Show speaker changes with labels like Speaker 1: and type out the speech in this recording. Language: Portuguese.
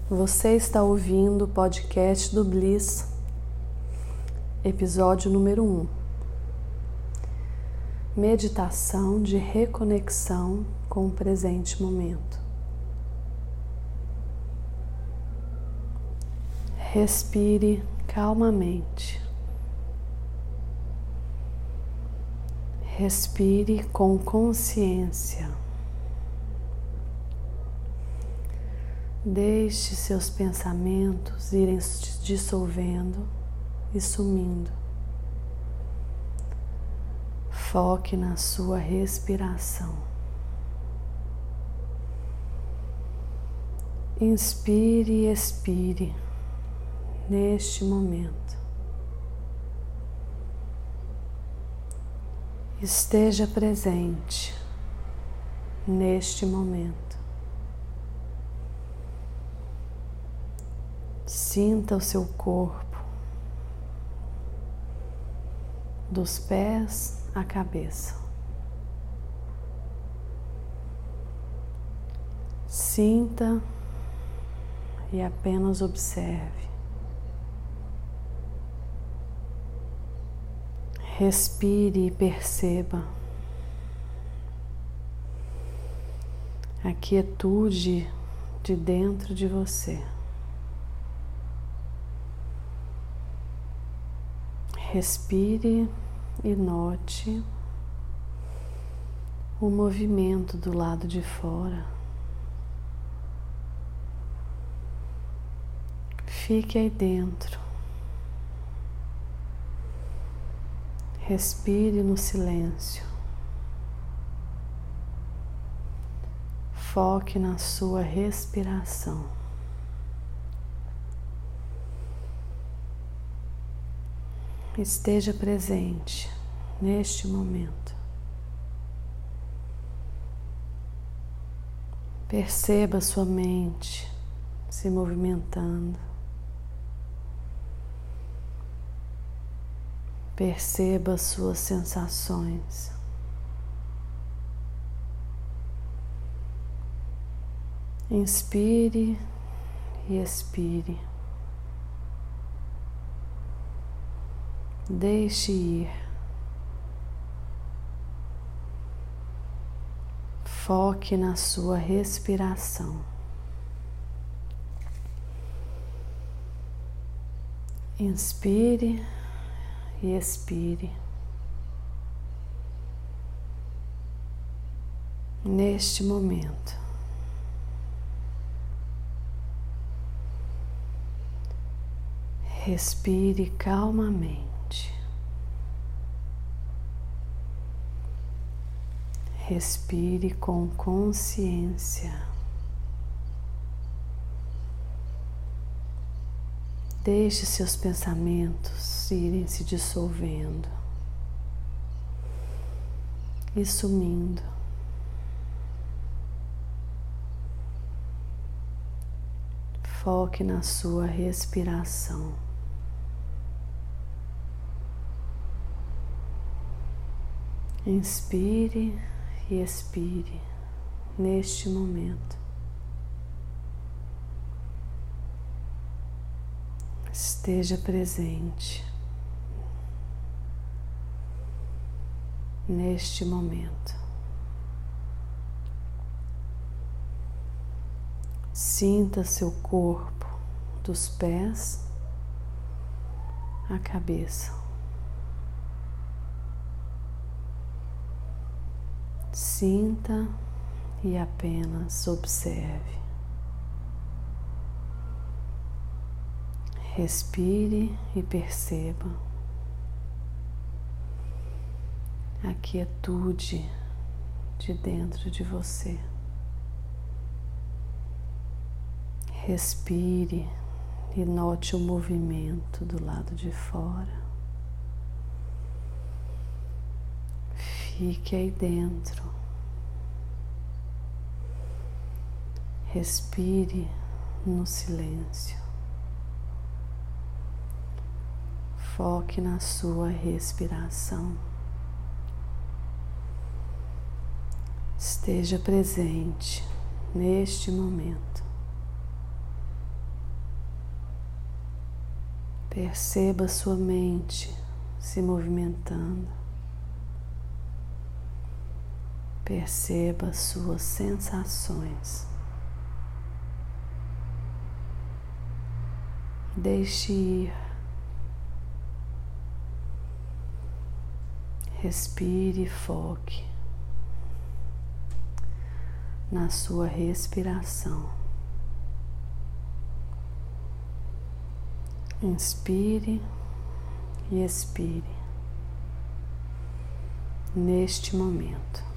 Speaker 1: Você está ouvindo o podcast do Bliss, episódio número 1. Meditação de reconexão com o presente momento. Respire calmamente. Respire com consciência. Deixe seus pensamentos irem se dissolvendo e sumindo. Foque na sua respiração. Inspire e expire neste momento. Esteja presente neste momento. Sinta o seu corpo, dos pés à cabeça. Sinta e apenas observe. Respire e perceba a quietude de dentro de você. Respire e note o movimento do lado de fora. Fique aí dentro. Respire no silêncio. Foque na sua respiração. Esteja presente neste momento. Perceba sua mente se movimentando. Perceba suas sensações. Inspire e expire. Deixe ir. Foque na sua respiração. Inspire e expire. Neste momento, respire calmamente. Respire com consciência. Deixe seus pensamentos irem se dissolvendo e sumindo. Foque na sua respiração. Inspire e expire neste momento. Esteja presente neste momento. Sinta seu corpo dos pés à cabeça. Sinta e apenas observe. Respire e perceba a quietude de dentro de você. Respire e note o movimento do lado de fora. Fique aí dentro. Respire no silêncio. Foque na sua respiração. Esteja presente neste momento. Esteja presente neste momento. Perceba sua mente se movimentando. Perceba suas sensações. Deixe ir. Respire e foque na sua respiração. Inspire e expire neste momento.